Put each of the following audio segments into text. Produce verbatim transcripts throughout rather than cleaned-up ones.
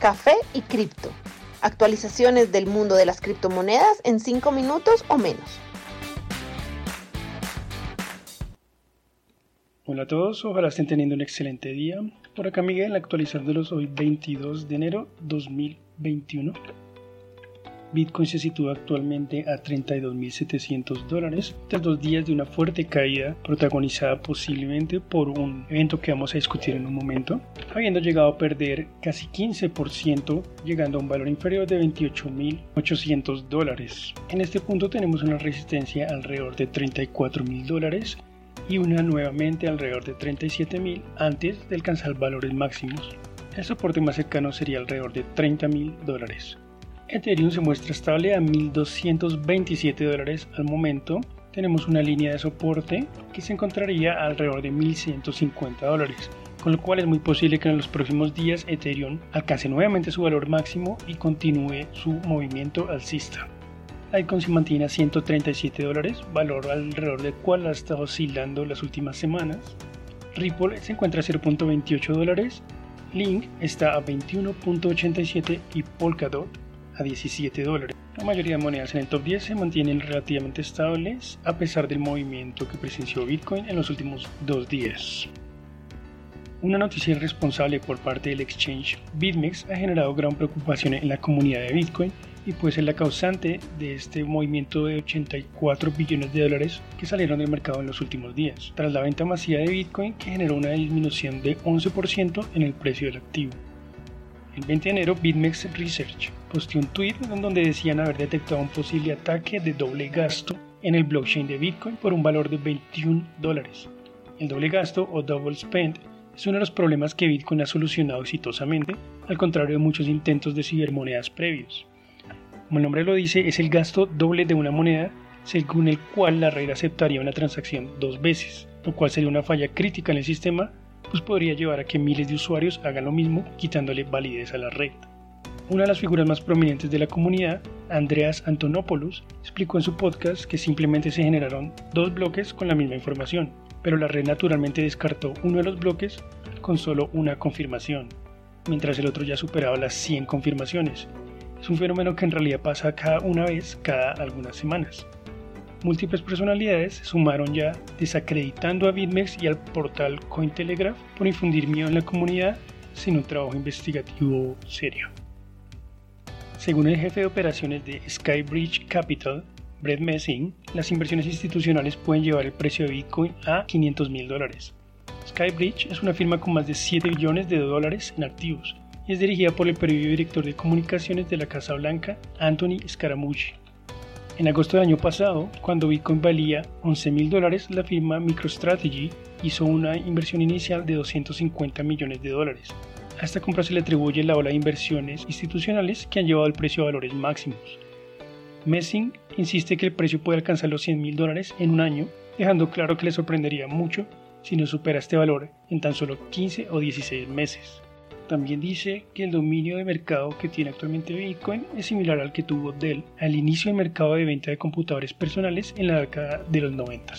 café y cripto. Actualizaciones del mundo de las criptomonedas en cinco minutos o menos. Hola a todos, ojalá estén teniendo un excelente día. Por acá Miguel, actualizándolos hoy veintidós de enero dos mil veintiuno. Bitcoin se sitúa actualmente a treinta y dos mil setecientos dólares tras dos días de una fuerte caída protagonizada posiblemente por un evento que vamos a discutir en un momento, habiendo llegado a perder casi quince por ciento, llegando a un valor inferior de veintiocho mil ochocientos dólares. En este punto tenemos una resistencia alrededor de treinta y cuatro mil dólares y una nuevamente alrededor de treinta y siete mil antes de alcanzar valores máximos. El soporte más cercano sería alrededor de treinta mil dólares. Ethereum se muestra estable a mil doscientos veintisiete dólares al momento. Tenemos una línea de soporte que se encontraría alrededor de mil ciento cincuenta dólares, con lo cual es muy posible que en los próximos días Ethereum alcance nuevamente su valor máximo y continúe su movimiento alcista. Litecoin se mantiene a ciento treinta y siete dólares, valor alrededor del cual ha estado oscilando las últimas semanas. Ripple se encuentra a cero punto veintiocho dólares, Link está a veintiuno punto ochenta y siete y Polkadot a diecisiete dólares. La mayoría de monedas en el top diez se mantienen relativamente estables a pesar del movimiento que presenció Bitcoin en los últimos dos días. Una noticia irresponsable por parte del exchange BitMEX ha generado gran preocupación en la comunidad de Bitcoin y puede ser la causante de este movimiento de ochenta y cuatro billones de dólares que salieron del mercado en los últimos días, tras la venta masiva de Bitcoin que generó una disminución de once por ciento en el precio del activo. El veinte de enero, BitMEX Research posteó un tweet en donde decían haber detectado un posible ataque de doble gasto en el blockchain de Bitcoin por un valor de veintiún dólares. El doble gasto o double spend es uno de los problemas que Bitcoin ha solucionado exitosamente, al contrario de muchos intentos de cibermonedas previos. Como el nombre lo dice, es el gasto doble de una moneda, según el cual la red aceptaría una transacción dos veces, lo cual sería una falla crítica en el sistema, pues podría llevar a que miles de usuarios hagan lo mismo, quitándole validez a la red. Una de las figuras más prominentes de la comunidad, Andreas Antonopoulos, explicó en su podcast que simplemente se generaron dos bloques con la misma información, pero la red naturalmente descartó uno de los bloques con solo una confirmación, mientras el otro ya superaba las cien confirmaciones. Es un fenómeno que en realidad pasa cada una vez cada algunas semanas. Múltiples personalidades se sumaron ya desacreditando a BitMEX y al portal Cointelegraph por infundir miedo en la comunidad sin un trabajo investigativo serio. Según el jefe de operaciones de Skybridge Capital, Brett Messing, las inversiones institucionales pueden llevar el precio de Bitcoin a quinientos mil dólares. Skybridge es una firma con más de siete billones de dólares en activos y es dirigida por el previo director de comunicaciones de la Casa Blanca, Anthony Scaramucci. En agosto del año pasado, cuando Bitcoin valía once mil dólares, la firma MicroStrategy hizo una inversión inicial de doscientos cincuenta millones de dólares. A esta compra se le atribuye la ola de inversiones institucionales que han llevado el precio a valores máximos. Messing insiste que el precio puede alcanzar los cien mil dólares en un año, dejando claro que le sorprendería mucho si no supera este valor en tan solo quince o dieciséis meses. También dice que el dominio de mercado que tiene actualmente Bitcoin es similar al que tuvo Dell al inicio del mercado de venta de computadores personales en la década de los noventa.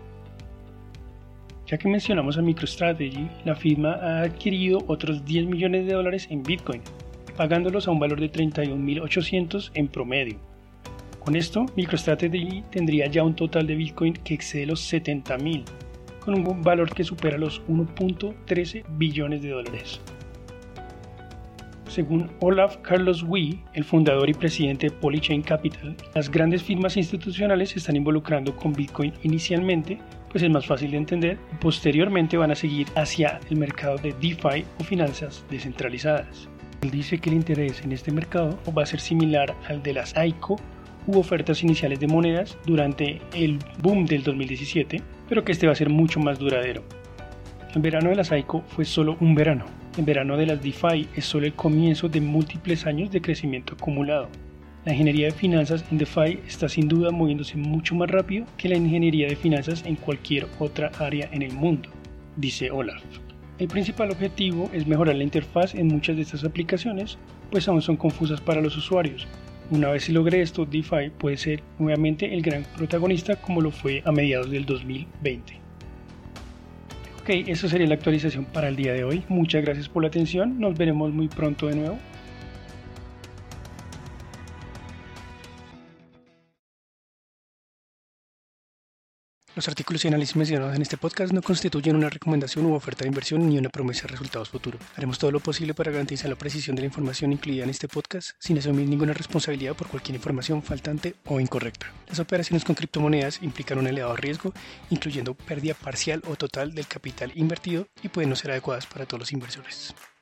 Ya que mencionamos a MicroStrategy, la firma ha adquirido otros diez millones de dólares en Bitcoin, pagándolos a un valor de treinta y un mil ochocientos en promedio. Con esto, MicroStrategy tendría ya un total de Bitcoin que excede los setenta mil, con un valor que supera los uno punto trece billones de dólares. Según Olaf Carlos Wee, el fundador y presidente de Polychain Capital, las grandes firmas institucionales se están involucrando con Bitcoin inicialmente, pues es más fácil de entender, y posteriormente van a seguir hacia el mercado de DeFi o finanzas descentralizadas. Él dice que el interés en este mercado va a ser similar al de las I C O u ofertas iniciales de monedas durante el boom del dos mil diecisiete, pero que este va a ser mucho más duradero. El verano de las I C O fue solo un verano. El verano de las DeFi es solo el comienzo de múltiples años de crecimiento acumulado. La ingeniería de finanzas en DeFi está sin duda moviéndose mucho más rápido que la ingeniería de finanzas en cualquier otra área en el mundo, dice Olaf. El principal objetivo es mejorar la interfaz en muchas de estas aplicaciones, pues aún son confusas para los usuarios. Una vez se logre esto, DeFi puede ser nuevamente el gran protagonista como lo fue a mediados del dos mil veinte. Ok, eso sería la actualización para el día de hoy. Muchas gracias por la atención. Nos veremos muy pronto de nuevo. Los artículos y análisis mencionados en este podcast no constituyen una recomendación u oferta de inversión ni una promesa de resultados futuros. Haremos todo lo posible para garantizar la precisión de la información incluida en este podcast sin asumir ninguna responsabilidad por cualquier información faltante o incorrecta. Las operaciones con criptomonedas implican un elevado riesgo, incluyendo pérdida parcial o total del capital invertido y pueden no ser adecuadas para todos los inversores.